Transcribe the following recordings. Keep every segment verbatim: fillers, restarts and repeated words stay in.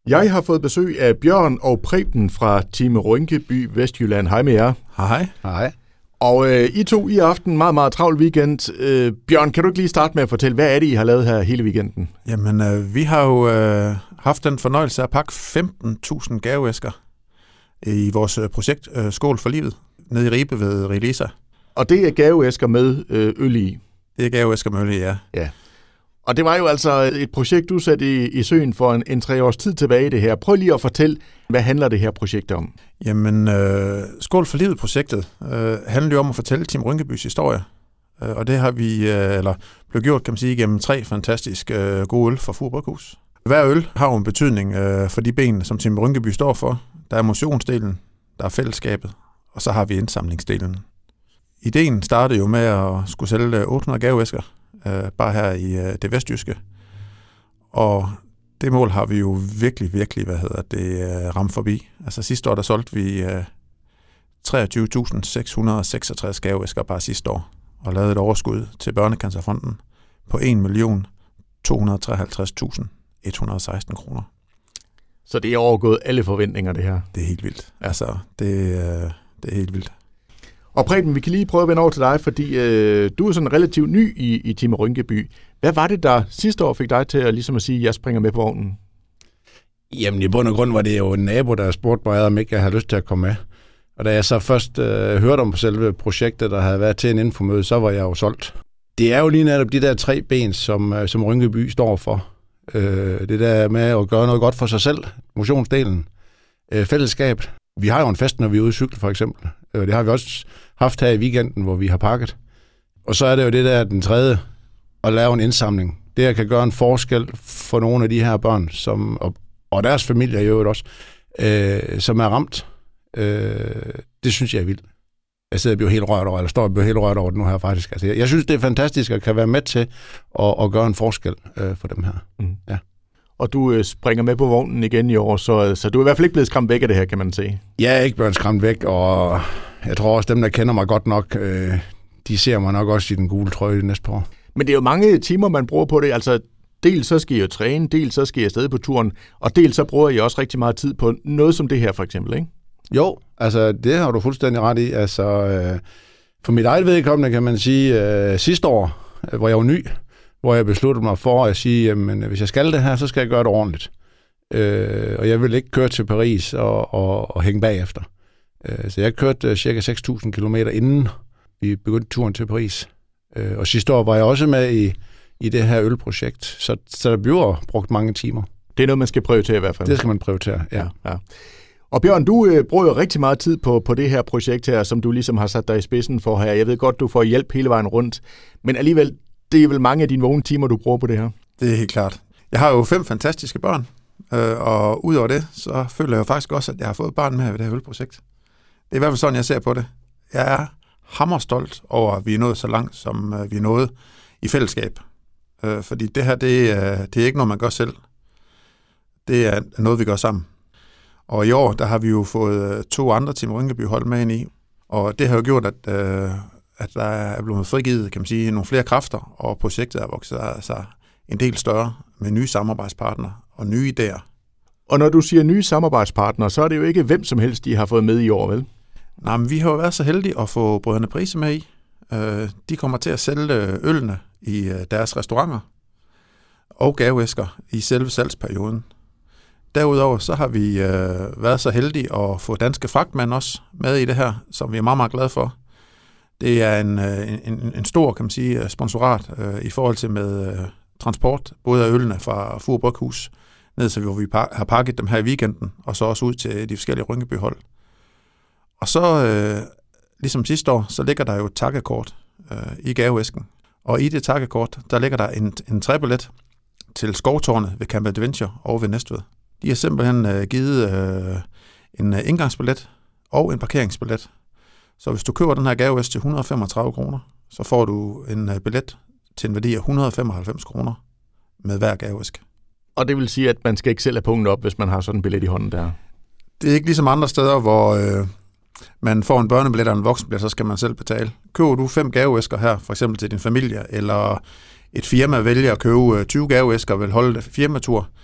Jeg har fået besøg af Bjørn og Preben fra Team Rynkeby Vestjylland. Hej med jer. Hej. Hej. Og øh, I to i aften, meget, meget travl weekend. Øh, Bjørn, kan du ikke lige starte med at fortælle, hvad er det, I har lavet her hele weekenden? Jamen, øh, vi har jo øh, haft den fornøjelse at pakke femten tusind gaveæsker i vores øh, projekt øh, Skål for livet, nede i Ribe ved Relisa. Og det er gaveæsker med øh, øl i? Det er gaveæsker med øl i, ja. Ja. Og det var jo altså et projekt, du satte i, i søen for en, en tre års tid tilbage, det her. Prøv lige at fortælle, hvad handler det her projekt om? Jamen, øh, Skål for livet-projektet øh, handler jo om at fortælle Team Rynkebys historie. Øh, og det har vi, øh, eller blevet gjort, kan man sige, gennem tre fantastiske øh, gode øl fra Fur Bryghus. Hver øl har jo en betydning øh, for de ben, som Team Rynkeby står for. Der er motionsdelen, der er fællesskabet, og så har vi indsamlingsdelen. Ideen startede jo med at skulle sælge otte hundrede gaveæsker, øh, bare her i øh, det vestjyske. Og det mål har vi jo virkelig, virkelig, hvad hedder det, øh, ramt forbi. Altså sidste år, der solgte vi øh, treogtyve tusind seks hundrede og seksogtres gaveæsker bare sidste år, og lavede et overskud til Børnecancerfonden på en million to hundrede og treoghalvtreds tusind et hundrede og seksten kroner. Så det er overgået alle forventninger, det her? Det er helt vildt. Altså, det, øh, det er helt vildt. Og Preben, vi kan lige prøve at vende over til dig, fordi øh, du er sådan relativt ny i, i Team Rynkeby. Hvad var det, der sidste år fik dig til at, ligesom at sige, at jeg springer med på vognen? Jamen i bund og grund var det jo en nabo, der spurgte mig, om ikke jeg havde lyst til at komme med. Og da jeg så først øh, hørte om selve projektet, der havde været til en infomøde, så var jeg jo solgt. Det er jo lige netop de der tre ben, som, øh, som Rynkeby står for. Øh, det der med at gøre noget godt for sig selv, motionsdelen, øh, fællesskab. Vi har jo en fest, når vi er ude i cykel, for eksempel. Øh, det har vi også haft her i weekenden, hvor vi har pakket. Og så er det jo det der, den tredje, at lave en indsamling. Det her kan gøre en forskel for nogle af de her børn, som, og, og deres familier i øvrigt også, øh, som er ramt. Øh, det synes jeg er vildt. Jeg sidder og bliver helt rørt over, eller står og bliver helt rørt over det nu her faktisk. Altså, jeg, jeg synes, det er fantastisk at kan være med til at, at gøre en forskel øh, for dem her. Mm. Ja. Og du øh, springer med på vognen igen i år, så, så du er i hvert fald ikke blevet skræmt væk af det her, kan man sige. Jeg er ikke blevet skræmt væk, og jeg tror også, dem, der kender mig godt nok, øh, de ser mig nok også i den gule trøje det næste par år. Men det er jo mange timer, man bruger på det. Altså, dels så skal I jo træne, dels så skal I afsted på turen, og dels så bruger I også rigtig meget tid på noget som det her, for eksempel, ikke? Jo, altså det har du fuldstændig ret i. Altså, øh, for mit eget vedkommende kan man sige, øh, sidste år, øh, hvor jeg var ny, hvor jeg besluttede mig for at sige, jamen hvis jeg skal det her, så skal jeg gøre det ordentligt. Øh, og jeg vil ikke køre til Paris og, og, og hænge bagefter. Øh, så jeg kørte øh, cirka seks tusind kilometer inden vi begyndte turen til Paris. Øh, og sidste år var jeg også med i, i det her ølprojekt, så, så der bliver brugt mange timer. Det er noget, man skal prioritere i hvert fald. Det skal man prioritere, ja. ja, ja. Og Bjørn, du øh, bruger jo rigtig meget tid på, på det her projekt her, som du ligesom har sat dig i spidsen for her. Jeg ved godt, du får hjælp hele vejen rundt, men alligevel, det er vel mange af dine vågne timer, du bruger på det her? Det er helt klart. Jeg har jo fem fantastiske børn, øh, og udover det, så føler jeg jo faktisk også, at jeg har fået barn med ved det her ølprojekt. Det er i hvert fald sådan, jeg ser på det. Jeg er hammerstolt over, at vi er nået så langt, som øh, vi er nået i fællesskab. Øh, fordi det her, det, øh, det er ikke noget, man gør selv. Det er noget, vi gør sammen. Og i år, der har vi jo fået to andre Team Rynkeby hold med ind i, og det har jo gjort, at, øh, at der er blevet frigivet, kan man sige, nogle flere kræfter, og projektet er vokset sig en del større med nye samarbejdspartnere og nye idéer. Og når du siger nye samarbejdspartnere, så er det jo ikke hvem som helst, de har fået med i år, vel? Nej, men vi har jo været så heldige at få Brødrene Price med i. Øh, de kommer til at sælge ølene i øh, deres restauranter og gaveæsker i selve salgsperioden. Derudover så har vi øh, været så heldige at få Danske Fragtmænd også med i det her, som vi er meget, meget glade for. Det er en, en, en stor, kan man sige, sponsorat øh, i forhold til med øh, transport, både af ølene fra Fur Bryghus, ned til hvor vi par- har pakket dem her i weekenden, og så også ud til de forskellige Rynkeby-hold. Og så, øh, ligesom sidste år, så ligger der jo et takkekort øh, i gaveæsken. Og i det takkekort, der ligger der en, en træbillet til Skovtårnet ved Camp Adventure over ved Næstved. De har simpelthen øh, givet øh, en øh, indgangsbillet og en parkeringsbillet. Så hvis du køber den her gaveæske til et hundrede og femogtredive kroner, så får du en øh, billet til en værdi af et hundrede og femoghalvfems kroner med hver gaveæske. Og det vil sige, at man skal ikke selv have punktet op, hvis man har sådan en billet i hånden der? Det er ikke ligesom andre steder, hvor øh, man får en børnebillet og en voksenbillet, så skal man selv betale. Køber du fem gaveæsker her, for eksempel til din familie, eller et firma vælger at købe tyve gaveæsker og vil holde firmatur,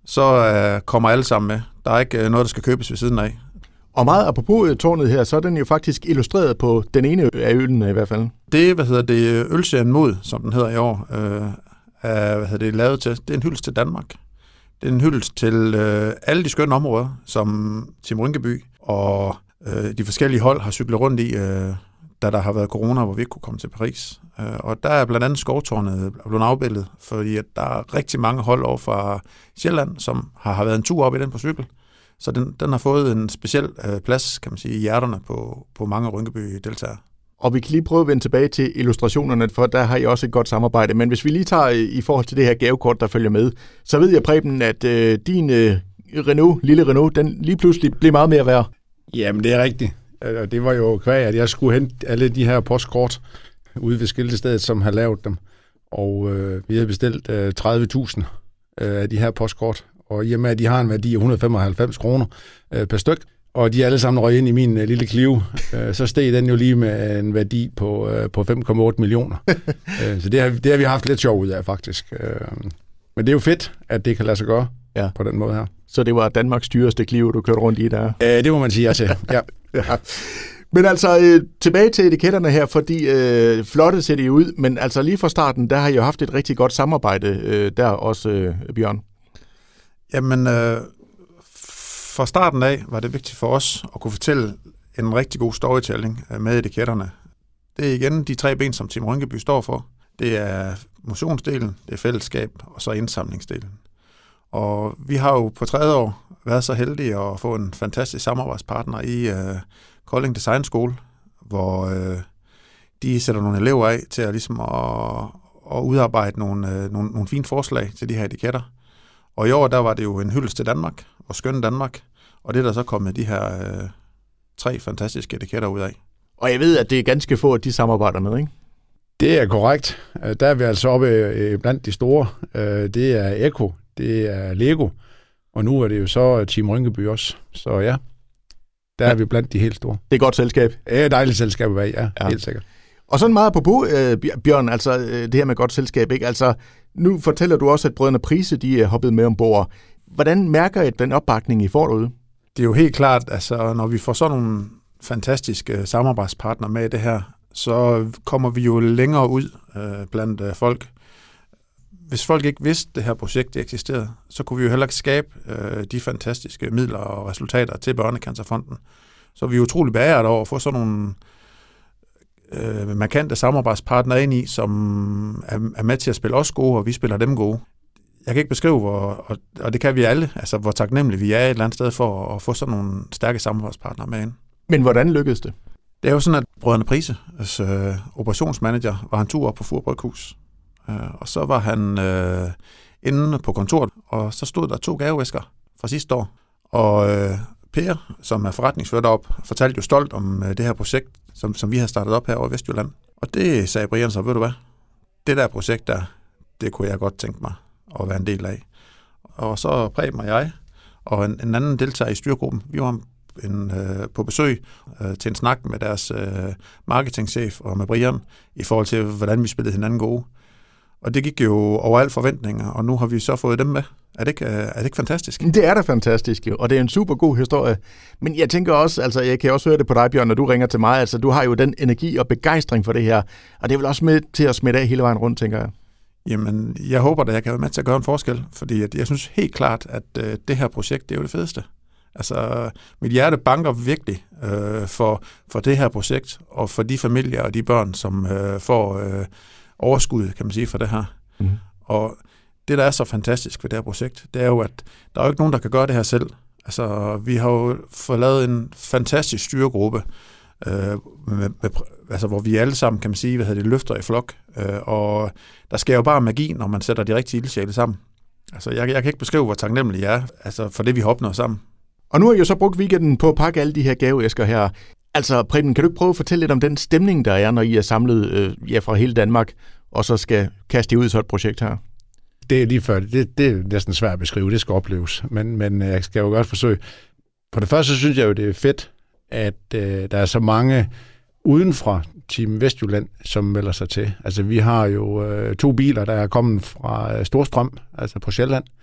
så øh, kommer alle sammen med. Der er ikke øh, noget, der skal købes ved siden af. Og meget apropos tårnet her, så er den jo faktisk illustreret på den ene af ølene i hvert fald. Det, hvad hedder det, ølserien Mod, som den hedder i år, øh, er hvad hedder det, lavet til. Det er en hyldest til Danmark. Det er en hyldest til øh, alle de skønne områder, som Team Rynkeby og øh, de forskellige hold har cyklet rundt i, øh, da der har været corona, hvor vi ikke kunne komme til Paris. Øh, og der er blandt andet skovtårnet blevet afbildet, fordi at der er rigtig mange hold over fra Sjælland, som har, har været en tur op i den på cykel. Så den, den har fået en speciel øh, plads, kan man sige, i hjerterne på, på mange Rynkeby-deltagere. Og vi kan lige prøve at vende tilbage til illustrationerne, for der har I også et godt samarbejde. Men hvis vi lige tager i forhold til det her gavekort, der følger med, så ved jeg, Preben, at øh, din øh, Renault, lille Renault, den lige pludselig blev meget mere værd. Jamen, det er rigtigt. Det var jo kvæg, at jeg skulle hente alle de her postkort ude ved skiltestedet, som har lavet dem. Og øh, vi havde bestilt øh, tredive tusind øh, af de her postkort. Og i og med, at de har en værdi af et hundrede og femoghalvfems kroner øh, per styk, og de alle sammen røg ind i min øh, lille Clio, øh, så steg den jo lige med en værdi på, øh, på fem komma otte millioner. øh, så det har, det har vi haft lidt sjov ud af, faktisk. Øh, men det er jo fedt, at det kan lade sig gøre ja. På den måde her. Så det var Danmarks dyreste Clio, du kørte rundt i der? Øh, det må man sige ja til, ja. ja. Men altså, øh, tilbage til etiketterne her, fordi øh, flotte ser de ud, men altså lige fra starten, der har I jo haft et rigtig godt samarbejde øh, der også, øh, Bjørn. Jamen, øh, fra starten af var det vigtigt for os at kunne fortælle en rigtig god storytelling med etiketterne. Det er igen de tre ben, som Team Rynkeby står for. Det er motionsdelen, det er fællesskab og så indsamlingsdelen. Og vi har jo på tredje år været så heldige at få en fantastisk samarbejdspartner i øh, Kolding Design School, hvor øh, de sætter nogle elever af til at, ligesom at, at udarbejde nogle, øh, nogle, nogle fine forslag til de her etiketter. Og i år, der var det jo en hyldest til Danmark, og skønne Danmark, og det er der så kommet de her øh, tre fantastiske etiketter ud af. Og jeg ved, at det er ganske få, at de samarbejder med, ikke? Det er korrekt. Der er vi altså oppe blandt de store. Det er Eko, det er Lego, og nu er det jo så Team Rynkeby også. Så ja, der ja. er vi blandt de helt store. Det er godt selskab. Det er et dejligt selskab at være i, ja, ja. Helt sikkert. Og sådan meget apropos, øh, Bjørn, altså det her med godt selskab, ikke? Altså, nu fortæller du også, at brødrene Prise, de er hoppet med ombord. Hvordan mærker I den opbakning, I får derude? Det er jo helt klart, altså når vi får sådan nogle fantastiske samarbejdspartnere med i det her, så kommer vi jo længere ud øh, blandt øh, folk. Hvis folk ikke vidste, det her projekt eksisterede, så kunne vi jo heller ikke skabe øh, de fantastiske midler og resultater til Børnecancerfonden. Så vi er utrolig beæret over at få sådan nogle øh, markante samarbejdspartnere ind i, som er, er med til at spille os gode, og vi spiller dem gode. Jeg kan ikke beskrive, hvor, og, og det kan vi alle, altså hvor taknemmelige vi er et eller andet sted for at få sådan nogle stærke samarbejdspartnere med ind. Men hvordan lykkedes det? Det er jo sådan, at brødrene Prise, altså øh, operationsmanager, var en tur op på Fur Bryghus. Øh, og så var han øh, inde på kontoret, og så stod der to gaveæsker fra sidste år. Og øh, Per, som er forretningsfører op, fortalte jo stolt om øh, det her projekt, som, som vi har startet op her over Vestjylland. Og det sagde Brian så, ved du hvad, det der projekt der, det kunne jeg godt tænke mig at være en del af. Og så Preben og jeg, og en, en anden deltager i styregruppen, vi var en, øh, på besøg øh, til en snak med deres øh, marketingchef og med Brian, i forhold til, hvordan vi spillede hinanden gode. Og det gik jo over al forventninger, og nu har vi så fået dem med. Er det ikke, er det ikke fantastisk? Det er da fantastisk, og det er en super god historie. Men jeg tænker også, altså jeg kan også høre det på dig, Bjørn, når du ringer til mig, altså du har jo den energi og begejstring for det her, og det er vel også med til at smitte af hele vejen rundt, tænker jeg. Jamen, jeg håber, at jeg kan være med til at gøre en forskel, fordi at jeg synes helt klart, at øh, det her projekt, det er jo det fedeste. Altså, mit hjerte banker virkelig øh, for, for det her projekt, og for de familier og de børn, som øh, får øh, overskud, kan man sige, for det her. Mm. Og det, der er så fantastisk ved det her projekt, det er jo, at der er jo ikke nogen, der kan gøre det her selv. Altså, vi har jo fået lavet en fantastisk styregruppe, øh, med, med, altså, hvor vi alle sammen, kan man sige, hvad hedder det, løfter i flok. Øh, og der sker jo bare magi, når man sætter de rigtige ildsjæle sammen. Altså, jeg, jeg kan ikke beskrive, hvor taknemmelig jeg er, altså, for det, vi har opnået sammen. Og nu har I jo så brugt weekenden på at pakke alle de her gaveæsker her. Altså, Preben, kan du ikke prøve at fortælle lidt om den stemning, der er, når I er samlet øh, ja, fra hele Danmark, og så skal kaste I ud i sådan et projekt her? Det er lige før. Det, det er næsten svært at beskrive. Det skal opleves. Men, men jeg skal jo godt forsøge. For det første, så synes jeg jo, det er fedt, at øh, der er så mange uden fra Team Vestjylland, som melder sig til. Altså, vi har jo øh, to biler, der er kommet fra øh, Storstrøm, altså på Sjælland.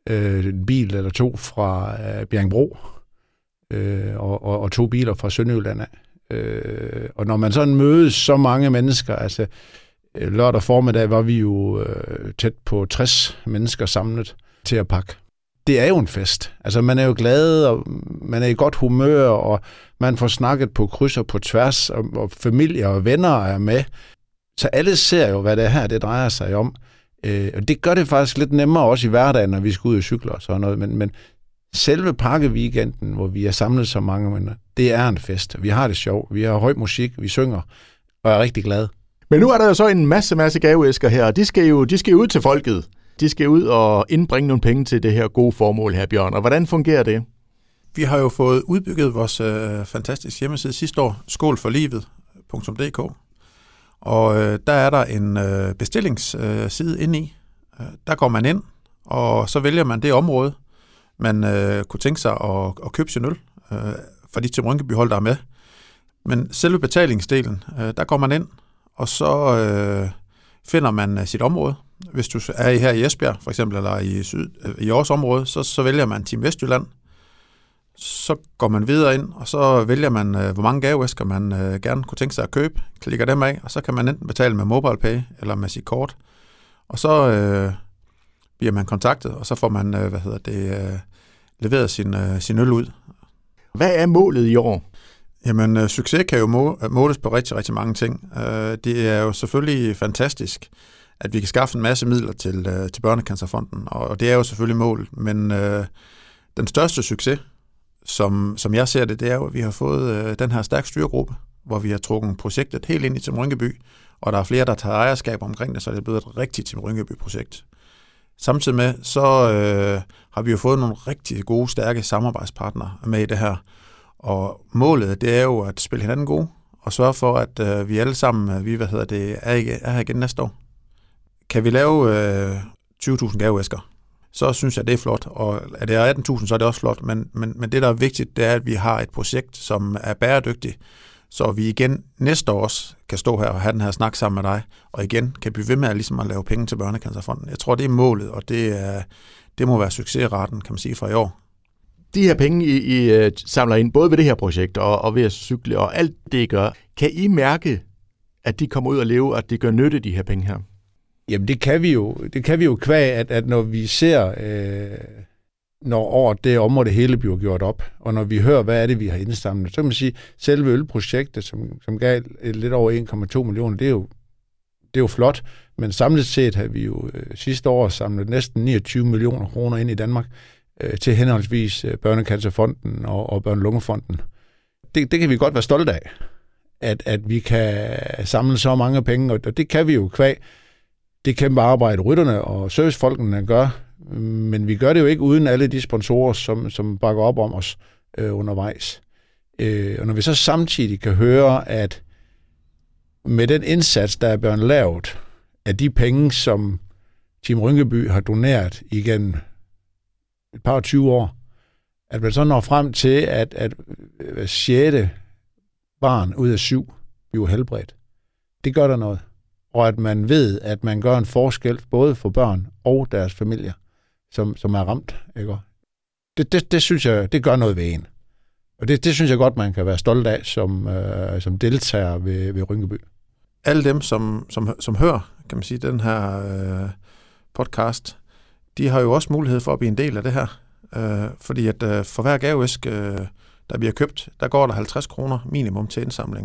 øh, en bil eller to fra øh, Bjerringbro, øh, og, og, og to biler fra Sønderjylland af. Øh, og når man sådan mødes så mange mennesker, altså øh, lørdag formiddag var vi jo øh, tæt på tres mennesker samlet til at pakke. Det er jo en fest. Altså man er jo glad, og man er i godt humør, og man får snakket på kryds og på tværs, og, og familie og venner er med. Så alle ser jo, hvad det her det drejer sig om. Øh, og det gør det faktisk lidt nemmere også i hverdagen, når vi skal ud og cykle og sådan noget. Men, men selve pakkeweekenden, hvor vi er samlet så mange mennesker, det er en fest. Vi har det sjovt, vi har høj musik, vi synger, og er rigtig glade. Men nu er der jo så en masse, masse gaveæsker her, og de skal jo de skal ud til folket. De skal ud og indbringe nogle penge til det her gode formål her, Bjørn. Og hvordan fungerer det? Vi har jo fået udbygget vores øh, fantastiske hjemmeside sidste år, skål for livet punktum d k. Og øh, der er der en øh, bestillingsside øh, inde i. Øh, der går man ind, og så vælger man det område, man øh, kunne tænke sig at, at købe sin øl, øh, for de til Rynkeby-hold, der er med. Men selve betalingsdelen, øh, der går man ind, og så øh, finder man sit område. Hvis du er her i Esbjerg, for eksempel, eller i, syd, i Aarhus område, så, så vælger man Team Vestjylland. Så går man videre ind, og så vælger man, øh, hvor mange gaveæsker man øh, gerne kunne tænke sig at købe, klikker dem af, og så kan man enten betale med MobilePay eller med sit kort. Og så øh, bliver man kontaktet, og så får man øh, hvad hedder det, øh, leveret sin, øh, sin øl ud. Hvad er målet i år? Jamen, øh, succes kan jo må, måles på rigtig, rigtig mange ting. Øh, det er jo selvfølgelig fantastisk, at vi kan skaffe en masse midler til, øh, til Børnecancerfonden, og, og det er jo selvfølgelig målet. Men øh, den største succes, som, som jeg ser det, det er jo, at vi har fået øh, den her stærk styregruppe, hvor vi har trukket projektet helt ind i Team Rynkeby, og der er flere, der tager ejerskab omkring det, så det er blevet et rigtigt Team Rynkeby-projekt. Samtidig med, så øh, har vi jo fået nogle rigtig gode, stærke samarbejdspartnere med i det her. Og målet, det er jo at spille hinanden gode, og sørge for, at øh, vi alle sammen, vi hvad hedder det, er, ikke, er her igen næste år. Kan vi lave øh, tyve tusind gaveæsker, så synes jeg, det er flot. Og er det atten tusind, så er det også flot. Men, men, men det, der er vigtigt, det er, at vi har et projekt, som er bæredygtigt, så vi igen næste år også kan stå her og have den her snak sammen med dig, og igen kan blive ved med at, ligesom at lave penge til Børnecancerfonden. Jeg tror, det er målet, og det, er, det må være succesraten, kan man sige, fra i år. De her penge, I, I samler ind, både ved det her projekt og, og ved at cykle og alt det, I gør, kan I mærke, at de kommer ud og leve, og at de gør nytte, de her penge her? Jamen, det kan vi jo, det kan vi jo kvæg, at, at når vi ser, øh, når over det område det hele bliver gjort op, og når vi hører, hvad er det, vi har indsamlet, så kan man sige, selve ølprojektet, som, som gav lidt over en komma to millioner, det er jo, det er jo flot, men samlet set har vi jo øh, sidste år samlet næsten niogtyve millioner kroner ind i Danmark, øh, til henholdsvis øh, Børnecancerfonden og, og Børne-Lungefonden. Det, det kan vi godt være stolte af, at, at vi kan samle så mange penge, og det kan vi jo kvæg det kæmpe arbejde, rytterne og servicefolkene gør, men vi gør det jo ikke uden alle de sponsorer, som, som bakker op om os øh, undervejs. Øh, og når vi så samtidig kan høre, at med den indsats, der er blevet lavet, af de penge, som Team Rynkeby har doneret igen et par og tyve år, at man så når frem til, at, at hver sjette barn ud af syv bliver helbredt. Det gør der noget. Og at man ved, at man gør en forskel både for børn og deres familier, som, som er ramt. Ikke? Det, det, det synes jeg, det gør noget ved en. Og det, det synes jeg godt, man kan være stolt af som, øh, som deltager ved, ved Rynkeby. Alle dem, som, som, som hører, kan man sige, den her øh, podcast, de har jo også mulighed for at blive en del af det her. Øh, fordi at øh, for hver gaveæsk, øh, der bliver købt, der går der halvtreds kroner minimum til indsamlingen.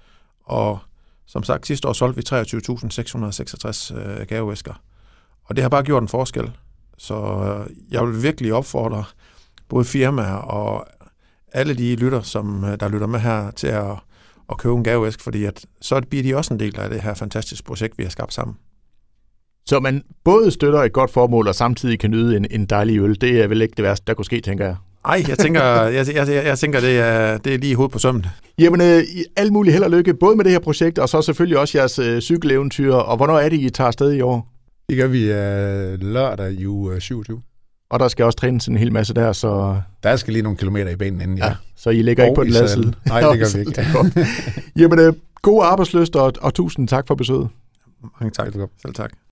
Og som sagt, sidste år solgte vi treogtyve tusind seks hundrede og seksogtres øh, gaveæsker. Og det har bare gjort en forskel. Så øh, jeg vil virkelig opfordre både firmaer og alle de lytter, som der lytter med her, til at, at købe en gaveæsk, fordi at, så bliver de også en del af det her fantastiske projekt, vi har skabt sammen. Så man både støtter et godt formål, og samtidig kan nyde en, en dejlig øl. Det er vel ikke det værste, der kunne ske, tænker jeg. Ej, jeg tænker, jeg, jeg, jeg, jeg tænker det, er, det er lige i hovedet på sømmen. Jamen, øh, alt muligt held og lykke, både med det her projekt, og så selvfølgelig også jeres øh, cykeleventyr. Og hvornår er det, I tager afsted i år? Det gør vi øh, lørdag i uge syvogtyve. Og der skal også trænes en hel masse der, så... Der skal lige nogle kilometer i banen inden, ja. ja. Så I ligger og ikke på den lade side? Nej, det gør vi ikke. Jamen, øh, god arbejdslyst, og, og tusind tak for besøget. Mange tak. Selv tak.